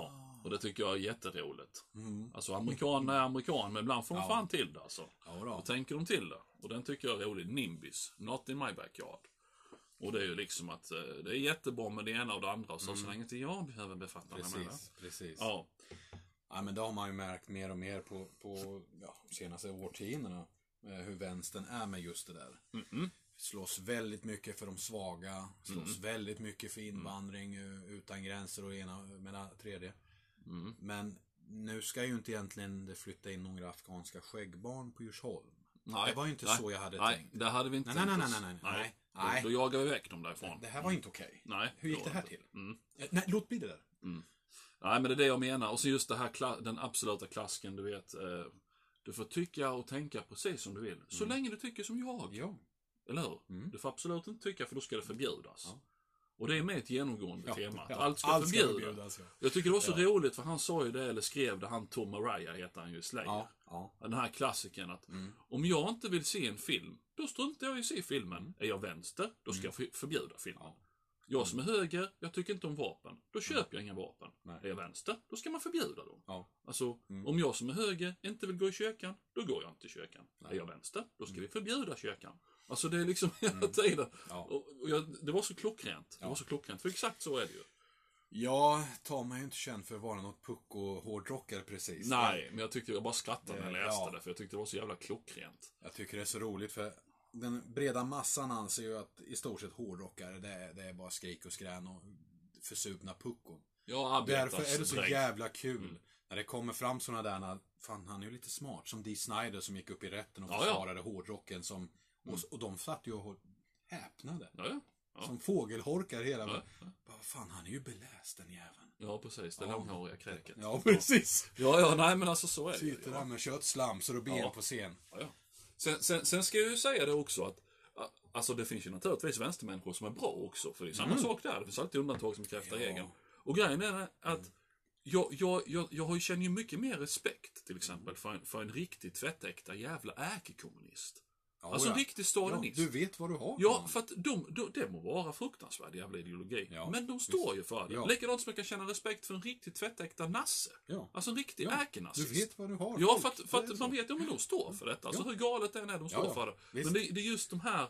Och det tycker jag är jätteroligt. Mm. Alltså amerikaner är amerikan, men ibland får de Ja. fan till det alltså. Ja, då. Då tänker de till det. Och den tycker jag är rolig. Nimbus, Not in my backyard. Och det är ju liksom att eh, det är jättebra med det ena och det andra. Och så, mm. så länge inte jag behöver befatta mig med det. Precis, precis. Ja. Ja, men det har man ju märkt mer och mer på, på ja, senaste årtiondena. Eh, hur vänstern är med just det där. Mm-mm. Slåss väldigt mycket för de svaga. Slåss Mm. väldigt mycket för invandring mm. utan gränser och ena med det tredje. Mm. Men nu ska ju inte egentligen det flytta in några afghanska skäggbarn på Djursholm. Nej, det var ju inte nej, så jag hade nej, tänkt. det hade vi inte nej, nej, tänkt nej, oss. nej, nej, nej. Då, nej. då jagar vi väck dem därifrån. Det här var inte okej. Nej, Hur gick det här inte. till? Mm. Nej, låt bli det där. Mm. Nej, men det är det jag menar. Och så just det här, kla- den absoluta klasken, du vet. Eh, du får tycka och tänka precis som du vill. Så Mm. länge du tycker som jag. Ja. Eller hur? Mm. Du får absolut inte tycka, för då ska det förbjudas. Ja. Och det är med ett genomgående Ja, tema. Att ja. allt ska Allt ska förbjudas. förbjudas, ja. Jag tycker det var så Ja. roligt, för han sa ju det, eller skrev det, han Tom Araya heter han ju i Slayer. Ja, ja. Den här klassiken att Mm. om jag inte vill se en film, då struntar jag i att se filmen. Är jag vänster, då ska Mm. jag för- förbjuda filmen. Ja. Jag som är höger, jag tycker inte om vapen. Då köper jag inga vapen. Nej. Är jag vänster, då ska man förbjuda dem. Ja. Alltså, Mm. om jag som är höger inte vill gå i kyrkan, då går jag inte i kyrkan. Nej. Är jag vänster, då ska Mm. vi förbjuda kyrkan. Alltså det är liksom hela Mm. tiden. Ja. Och, och jag, det var så klockrent. Det Ja. var så klockrent, för exakt så är det ju. Jag tar mig ju inte känd för att vara något pucko-hårdrockare precis. Nej, men jag tyckte jag bara skrattade när jag Eh, läste ja. det, för jag tyckte det var så jävla klockrent. Jag tycker det är så roligt för den breda massan anser ju att i stort sett hårdrockare det är, det är bara skrik och skrän och försupna puckon. Ja, Därför är det så arbetarsdräng. jävla kul Mm. när det kommer fram såna där, när, fan han är ju lite smart, som Dee Snider som gick upp i rätten och Ja, ja. försvarade hårdrocken som, och, och de satt ju och häpnade. Ja, ja. Ja. Som fågelholkar hela. Ja, Bara, ja. bara, fan han är ju beläst den jäveln. Ja, precis. Det Ja. långhåriga kräket. Ja, precis. Ja, ja, nej men alltså så är det ju. Sitter där med köttslamsor och ben Ja. på scen. Ja, ja. Sen, sen, sen ska jag ju säga det också att a- alltså det finns ju naturligtvis vänstermänniskor som är bra också. För det är samma Mm. sak där. Det finns alltid undantag som bekräftar Ja. regeln. Och grejen är att jag, jag, jag, jag har ju känner ju mycket mer respekt till exempel för en, för en riktigt tvättäkta jävla ärkekommunist. Ja, Alltså en ja. riktig Ja, stalinist. du vet vad du har. Ja, för att de, de, det må vara fruktansvärd jävla ideologi. Ja, men de står visst. ju för det. Ja. Likadant som jag kan känna respekt för en riktigt tvättäkta nasse. Ja. Alltså en riktig Ja, ärkenazist. Du vet vad du har. Ja, för att, för Det är att så. man vet, ja men de står för detta. Alltså Ja. hur galet det än är, de står Ja, ja. för det. Visst. Men det, det är just de här eh,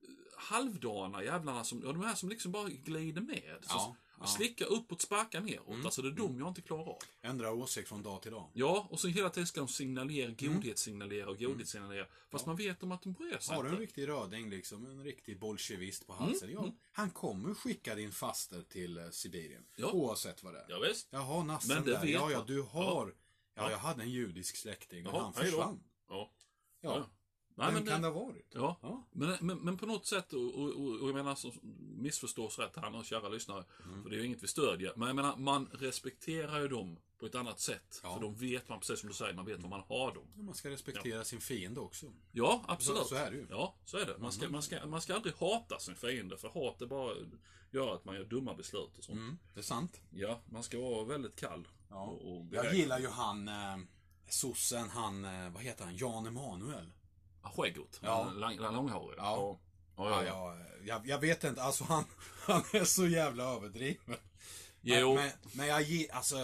halvdana jävlarna som, ja, de här som liksom bara glider med. Så, Ja, ja. Slicka uppåt, sparka neråt. Mm. Alltså det är de jag inte klarar av. Ändra åsikt från dag till dag. Ja, och så hela tiden ska de signalera, godhetssignalera och godhetssignalera. Fast Ja. man vet om att de bryr sig Har du en inte. riktig röding liksom, en riktig bolsjevist på halsen. Mm, Ja, han kommer skicka din faster till eh, Sibirien. Ja. Oavsett vad det är. Ja, visst. Jaha, nassen Men det där. vet Ja, ja, man. du har. Ja, Ja. jag hade en judisk släkting och Jaha, han hej då. försvann. Ja. Ja, Ja. Nej, vem men det- kan det ha varit? Ja, Ja. men, men, men på något sätt, och, och, och jag menar, så missförstås rätt här nu, kära lyssnare, Mm. för det är ju inget vi stödjer, men jag menar, man respekterar ju dem på ett annat sätt, Ja. för de vet man, precis som du säger, man vet var man har dem. Man ska respektera sin fiende också. Ja, absolut. Så- så är det ju. Ja, så är det. Man ska, Mm. man ska, man ska aldrig hata sin fiende, för hat det bara gör att man gör dumma beslut och sånt. Mm, det är sant. Ja, man ska vara väldigt kall. Ja. Och, och Jag gillar ju han, eh, sossen, han, eh, vad heter han? Jan Emanuel. Skäggot. Ja. Lång, långhårig. Ja. Ja, Ja, ja, ja. jag, jag, jag vet inte, alltså han, han är så jävla överdriven. Jo. Men, men jag ger, alltså,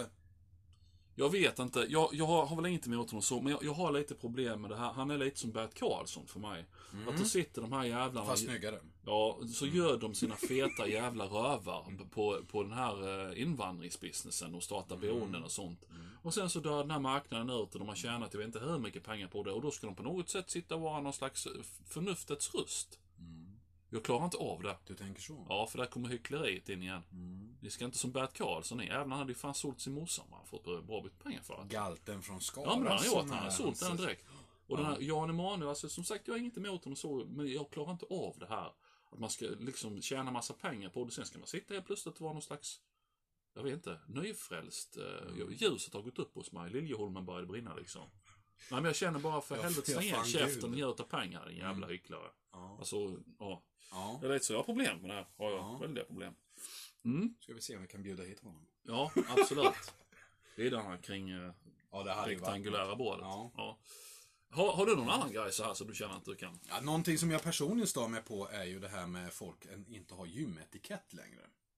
Jag vet inte, jag, jag har, har väl inget emot honom så, men jag, jag har lite problem med det här. Han är lite som Bert Karlsson för mig. Att det sitter de här jävlarna... fast snyggare. Ja, så gör de sina feta jävla rövar på, på den här eh, invandringsbusinessen och startar boenden och sånt. Och sen så dör den här marknaden ut och de har tjänat, jag vet inte hur mycket pengar på det. Och då ska de på något sätt sitta och vara någon slags förnuftets röst. Jag klarar inte av det. Du tänker så? Ja, för där kommer hyckleriet in igen. Det ska inte som Bert Karlsson är. Även han hade ju fan sålt sin morsa om han fått bra mycket pengar för det. Galten från Skara. Ja, men det har han gjort. som Han har är sålt den hans- direkt. Och den här Jan Emanuel, alltså, som sagt, jag har inget emot honom så, men jag klarar inte av det här. Att man ska liksom tjäna massa pengar på det. Sen ska man sitta helt plötsligt och vara någon slags, jag vet inte, nyfrälst. Eh, ljuset har gått upp hos mig. Liljeholmen började brinna liksom. Nej, men jag känner bara för Ja, helvete, ja, stäng igen fan käften gud. och gör av pengar, din jävla hycklare. Ja. Alltså, ja. Ja. Jag vet så, jag har problem med det här. Har jag Ja. väldiga problem. Mm. Ska vi se om vi kan bjuda hit honom. Ja, absolut. Det är den här kring eh, Ja, det hade ju varit. rektangulära bordet. Ja. Ja. Har, har du någon annan grej så här så du känner att du kan? Ja, någonting som jag personligen stör mig på är ju det här med folk en- inte har gymetikett längre.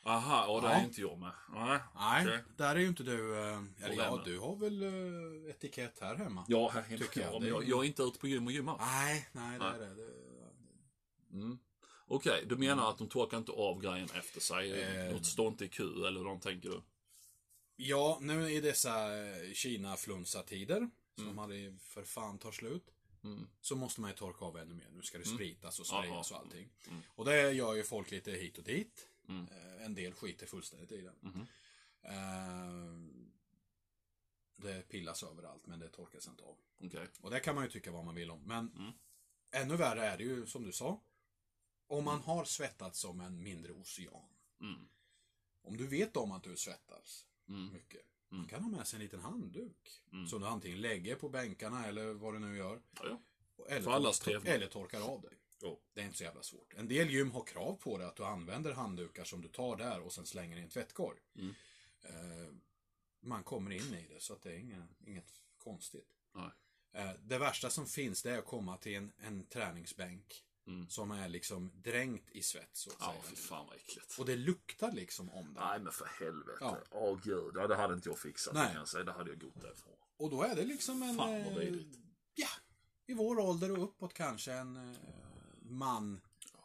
Aha, och det Ja. är inte jag med. Nej, Nej, okej. där är ju inte du... eh, Eller ja, vänner. du har väl uh, etikett här hemma? Ja, här hemma. Tycker jag. Ja, Det men är jag, ju- jag är inte ute på gym och gymmar. Nej, nej, det Nej. är det. det. Mm. Okej, du menar att de torkar inte av grejen efter sig? Eh. Något står inte i kö, eller vad tänker du? Ja, nu i dessa eh, Kina-flunsa-tider, som Mm. hade för fan tar slut, Mm. så måste man ju torka av ännu mer. Nu ska det Mm. spritas och Aha. sprayas och allting. Mm. Och det gör ju folk lite hit och dit. Mm. Eh, En del skiter fullständigt i det. Mhm. Eh, Det pillas överallt, men det torkas inte av. Okej. Och det kan man ju tycka vad man vill om. Men Mm. ännu värre är det ju, som du sa, om man har svettats som en mindre ocean. Mm. Om du vet om att du svettas Mm. mycket, Mm. du kan ha med sig en liten handduk. Mm. Som du antingen lägger på bänkarna eller vad du nu gör. Ja, ja. Eller, För allas tor- trevnad. eller torkar av dig. Ja. Det är inte så jävla svårt. En del gym har krav på det att du använder handdukar som du tar där och sen slänger i en tvättkorg. Mm. Eh, man kommer in i det, så att det är inget, inget konstigt. Nej. Eh, det värsta som finns, det är att komma till en, en träningsbänk Mm. som är liksom dränkt i svett, så att Ja, säga. fy fan vad äckligt. Och det luktar liksom om det. Nej, men för helvete. Ja. Åh gud, ja, det hade inte jag fixat. Nej. Kan jag säga. Det hade jag gått därifrån. Och då är det liksom en... Fan, vad eh, vidrigt. ja, i vår ålder och uppåt kanske en eh, man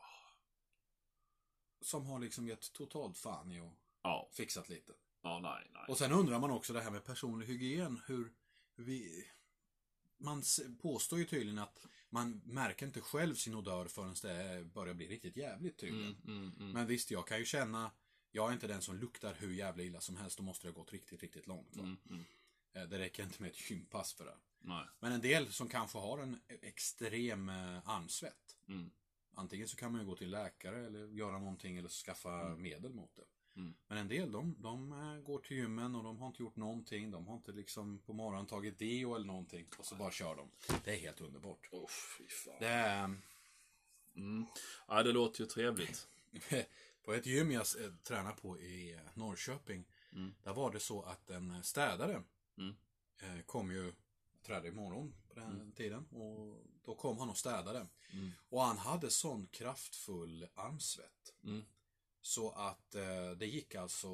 som har liksom gett totalt fan i och Ja, fixat lite. ja, nej, nej. Och sen undrar man också det här med personlig hygien. Hur vi... Man s- påstår ju tydligen att man märker inte själv sin odör förrän det börjar bli riktigt jävligt tydligen. Mm, mm, mm. Men visst, jag kan ju känna... Jag är inte den som luktar hur jävla illa som helst. Då måste det ha gått riktigt, riktigt långt. Va? Mm, mm. Eh, Det räcker inte med ett gympass för det. Nej. Men en del som kanske har en extrem eh, armsvett. Mm. Antingen så kan man ju gå till läkare eller göra någonting eller skaffa medel mot det. Mm. Men en del, de, de eh, går till gymmen och de har inte gjort någonting. De har inte liksom på morgonen tagit deo eller någonting. Och så bara kör de. Det är helt underbart. Oh, fy fan. Det är... Mm. Ja, det låter ju trevligt. På ett gym jag eh, tränar på i eh, Norrköping. Mm. Där var det så att en städare Mm. eh, kom ju, tränade imorgon på den Mm. tiden. Och då kom han och städade. Mm. Och han hade sån kraftfull armsvett. Mm. Så att eh, det gick alltså...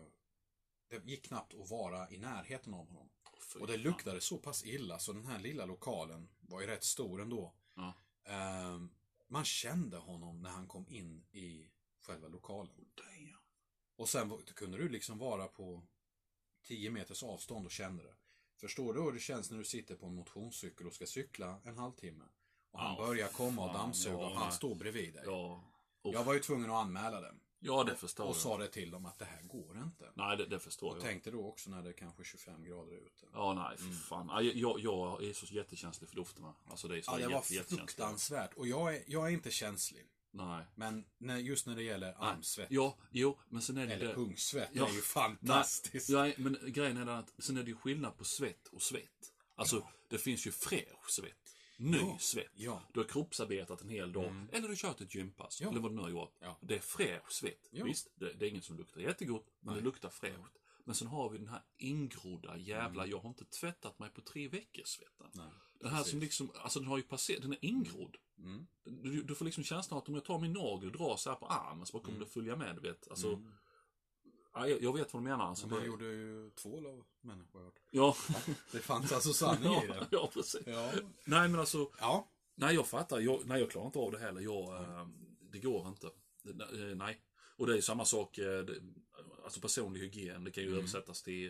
Det gick knappt att vara i närheten av honom. Fy Och det fan. luktade så pass illa så den här lilla lokalen var ju rätt stor ändå. Ja. Eh, man kände honom när han kom in i själva lokalen. Damn. Och sen var- kunde du liksom vara på tio meters avstånd och kände det. Förstår du hur det känns när du sitter på en motionscykel och ska cykla en halvtimme? Och han Ja, börjar komma och fan, dammsuga ja, och han nej. står bredvid dig. Ja. Uff. Jag var ju tvungen att anmäla det. Ja, det förstår Och jag. sa det till dem att det här går inte. Nej, det, det förstår Och jag. tänkte då också när det är kanske tjugofem grader ute. Ja, nej, för fan. Ja, Jag, jag är så jättekänslig för dofterna. Alltså det är så Ja, det var jätte, jättekänsligt. fruktansvärt. Och jag är, jag är inte känslig. Nej. Men när, just när det gäller armsvett. Ja, jo, men sen är det... Eller pungsvett. Ja. Det är ju fantastiskt. Nej, men grejen är den att sen är det ju skillnad på svett och svett. Alltså, det finns ju fräsch svett. Ny Ja. svett. Ja. Du har kroppsarbetat en hel dag. Mm. Eller du kört ett gympass. Ja. Eller vad du nu har gjort. Ja. Det är fräsch svett. Ja. Visst, det, det är inget som luktar jättegott. Men Nej. det luktar fräscht. Men sen har vi den här ingrodda jävla, jag har inte tvättat mig på tre veckor svetten. Nej, Den här precis. som liksom, alltså den har ju passerat, den är ingrodd. Mm. Du, du får liksom känslan att om jag tar min nagel och drar så här på armen så bara kommer det följa med, du vet. Alltså, Mm. ja, jag, jag vet vad du menar. Alltså, Så man det, gjorde ju tvål av människor. har jag hört. ja. Det fanns alltså sanning i ja, det. ja, precis. Ja. Nej, men alltså, Ja. nej, jag fattar. Jag, nej, jag klarar inte av det heller. Jag, eh, det går inte. Det, eh, nej. Och det är ju samma sak, eh, det, alltså personlig hygien, det kan ju Mm. översättas till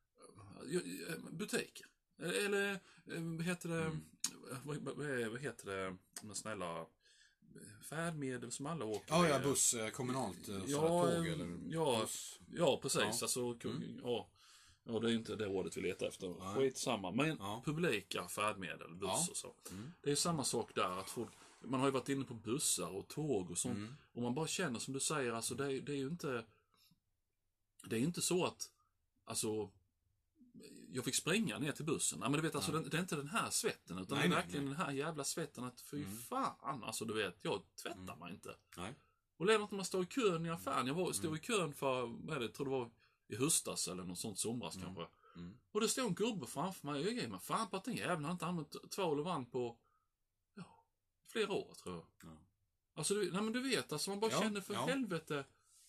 eh, butiker. Eller, eh, vad heter det, Mm. vad, vad, vad heter det, men snälla, färdmedel som alla åker Ja, ja, med. buss, eh, kommunalt, eh, så Ja, här tåg eh, eller ja, buss. Ja, precis. Ja. Alltså, Mm. ja. Ja, det är inte det ordet vi letar efter. Nej. Skitsamma. Men Ja. publika färdmedel, buss Ja. och så. Mm. Det är samma sak där. Att folk, man har ju varit inne på bussar och tåg och sånt. Mm. Och man bara känner, som du säger, alltså det, är- det är ju inte... Det är ju inte så att... Alltså... Jag fick springa ner till bussen. Ja, men du vet, alltså, Nej. det, det är inte den här svetten. Utan Nej, det är nej, verkligen nej. den här jävla svetten att fy Mm. fan. Alltså du vet, jag tvättar Mm. mig inte. Nej. Och det är något när man står i kön i affären. Jag var, stod i kön för, vad är det, jag tror det var i höstas eller något sånt, somras Mm. kanske. Mm. Och det stod en gubbe framför mig och jag gav mig fan på att den jäveln har inte använt tvål och vann på, ja, flera år tror jag. Ja. Alltså, du, nej men du vet, alltså man bara Ja, känner för ja. helvete.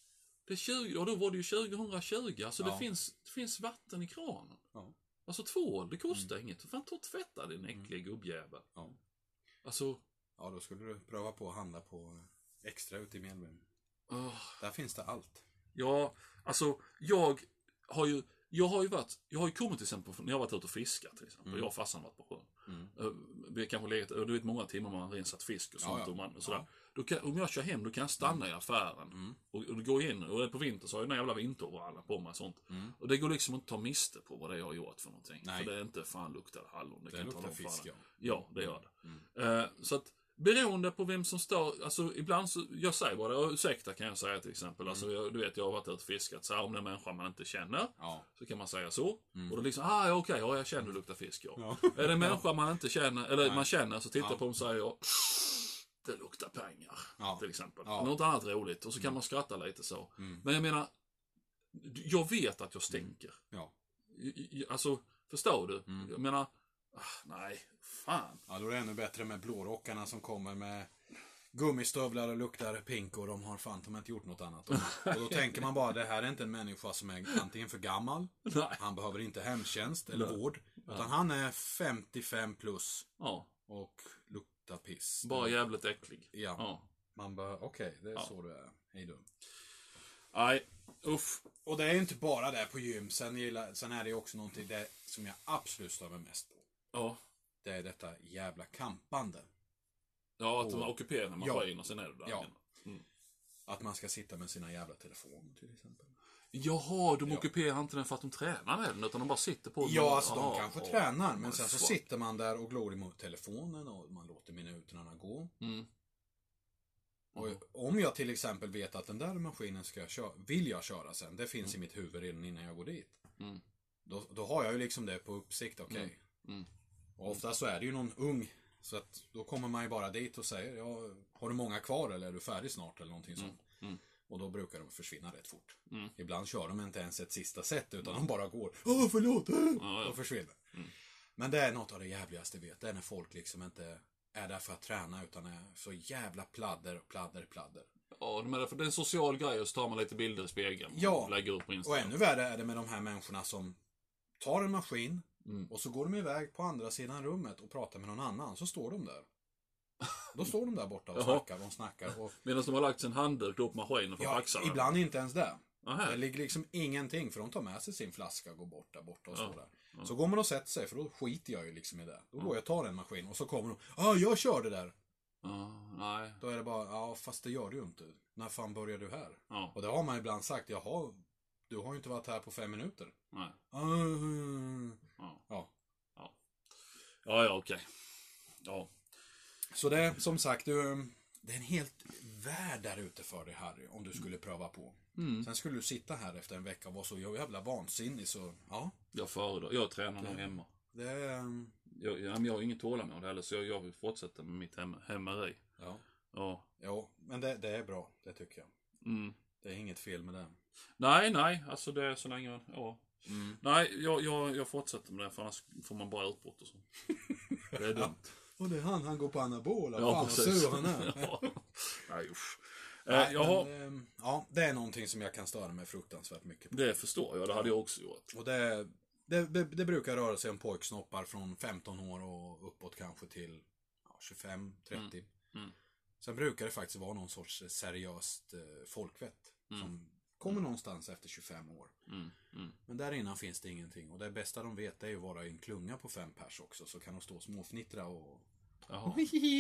Det är tjugo, och då var det ju tjugohundratjugo. Alltså Ja. det, finns, det finns vatten i kranen. Ja. Alltså tvål, det kostar mm. inget. Fan, ta och tvätta din äckliga gubbjävel. Ja. Alltså... Ja, då skulle du pröva på att handla på extra ute i Mjällby. Uh, Där finns det allt. Ja, alltså jag har ju jag har ju varit, jag har ju kommit till exempel när jag har varit ute och fiskat till exempel. Mm. Jag och farsan varit på sjön. Mm. Uh, vi har kanske legat, du vet många timmar man har rensat fisk och sånt ja, ja. och, man, och sådär. Ja. Då kan, om jag kör hem, då kan jag stanna mm. i affären mm. och, och gå in, och på vintern så har jag den jävla vinterbrallor på mig och sånt. Mm. Och det går liksom inte att ta miste på vad det är jag har gjort för någonting. Nej. För det är inte fan luktar hallon. Det, det kan luktar ta fisk, ja. Ja, det gör det. Mm. Uh, så att beroende på vem som står, alltså ibland så, jag säger bara, och ursäkta kan jag säga till exempel, mm. alltså jag, du vet jag har varit ute och fiskat, så här, om det är en människa man inte känner, ja. så kan man säga så, mm. och då liksom, ah okej, okay, ja jag känner hur det luktar fisk, ja. ja. Är det en människa man inte känner, eller Nej. man känner, så tittar ja. på och säger, det luktar pengar, ja. till exempel. Ja. Något annat roligt, och så kan mm. man skratta lite så. Mm. Men jag menar, jag vet att jag stänker. Ja. Alltså, förstår du? Mm. Jag menar, ah, nej, fan. Ja, då är det ännu bättre med blårockarna som kommer med gummistövlar och luktar pink, och de har fan de har inte gjort något annat. Och då tänker man bara, det här är inte en människa som är antingen för gammal, nej. han behöver inte hemtjänst eller nej. vård, utan ja. han är femtiofem plus ja. och luktar piss. Bara jävligt äcklig. Ja. ja. Man bara, okej, okay, det är ja. så det är. Hej då. Nej, uff. Och det är ju inte bara där på gym. Sen, gillar, sen är det ju också någonting där som jag absolut stör mig mest på. Ja. Det är detta jävla kampande. Ja, att de ockuperar maskin ja. och sen är det där. Ja. Mm. Att man ska sitta med sina jävla telefoner till exempel. Jaha, de ja. ockuperar inte den för att de tränar med den, utan de bara sitter på den. Ja, alltså de kanske och, tränar, men sen så svart. sitter man där och glor emot telefonen och man låter minuterna gå. Mm. Och om jag till exempel vet att den där maskinen ska köra, vill jag köra sen, det finns mm. i mitt huvud redan innan jag går dit. Mm. Då, då har jag ju liksom det på uppsikt, okej. Okay. Mm. Mm. Och ofta så är det ju någon ung, så att då kommer man ju bara dit och säger, ja, har du många kvar eller är du färdig snart eller någonting sånt. Mm. Mm. Och då brukar de försvinna rätt fort. Mm. Ibland kör de inte ens ett sista set, utan de bara går, åh förlåt, ja, ja. och försvinner. Mm. Men det är något av det jävligaste jag vet, det är när folk liksom inte är där för att träna, utan är så jävla pladder, pladder, pladder. Ja, men för det är en social grej, och så tar man lite bilder i spegeln. Ja, och lägger upp på Instagram. Och ännu värre är det med de här människorna som tar en maskin mm. och så går de iväg på andra sidan rummet och pratar med någon annan, så står de där. Då står de där borta och snackar, de snackar. Och... Medan de har lagt sin handduk upp maskinen för ja, axlarna. Ibland inte ens där. Aha. Det ligger liksom ingenting, för de tar med sig sin flaska och går bort där borta och ja. så där. Ja. Så går man och sätter sig, för då skiter jag ju liksom i det. Då ja. går jag och tar en maskin och så kommer de, ja ah, jag körde där. Ja, nej. Då är det bara, ja fast det gör du ju inte. När fan börjar du här? Ja. Och det har man ibland sagt, jaha, du har ju inte varit här på fem minuter. Nej. Uh, ja. Ja. Ja, ja, ja okej. Okay. Ja. Så det är som sagt, du, det är en helt värld där ute för dig, Harry, om du skulle pröva på. Mm. Sen skulle du sitta här efter en vecka och vara så jävla vansinnig, så ja. Jag föredrar, jag tränar nog hemma. Det är... jag, jag, jag har inget tålamod heller, så jag, jag vill fortsätta med mitt hem, hemmeri. Ja. Ja. Ja, men det, det är bra, det tycker jag. Mm. Det är inget fel med det. Nej, nej, alltså det är så länge man, ja. Mm. Nej, jag, jag, jag fortsätter med det, för annars får man bara utbrott och så. Det är dumt. Och det är han, han går på anabola. Ja, fan vad sur han är. Ja. Nej, usch. Nej, jag har... men, ja, det är någonting som jag kan störa mig fruktansvärt mycket på. Det förstår jag, det hade jag också gjort. Och det, det, det, det brukar röra sig om pojksnoppar från femton år och uppåt kanske till ja, tjugofem trettio. Mm. Mm. Sen brukar det faktiskt vara någon sorts seriöst eh, folkvett mm. som kommer någonstans efter tjugofem år. Mm. Mm. Men där innan finns det ingenting. Och det bästa de vet är ju att vara i en klunga på fem pers också. Så kan de stå småfnittra och... Jaha.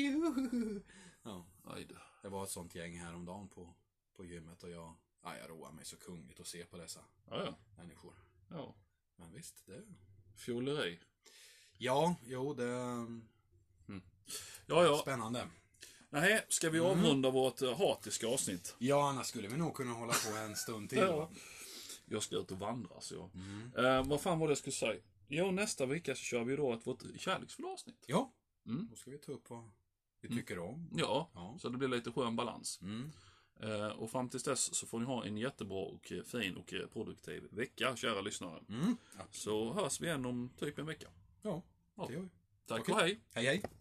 Ja. Det var ett sånt gäng häromdagen på, på gymmet. Och jag, ja, jag roar mig så kungligt att se på dessa ja, ja. människor. Ja. Men visst, det... Fjolleri. Ja, jo, det... Mm. Ja, ja. Spännande. Nej, ska vi avrunda mm. vårt uh, hatiska avsnitt? Ja, annars skulle vi nog kunna hålla på en stund till. Ja. Jag ska ut och vandra, så jag. Mm. Uh, vad fan var det jag skulle säga? Jo, nästa vecka så kör vi då ett vårt kärleksfulla avsnitt. Ja, mm. Då ska vi ta upp vad vi tycker mm. om. Ja, ja, så det blir lite skön balans. Mm. Uh, och fram tills dess så får ni ha en jättebra och fin och produktiv vecka, kära lyssnare. Mm. Så hörs vi igen om typ en vecka. Ja, det gör vi. Tack okay. och hej. Hej, hej.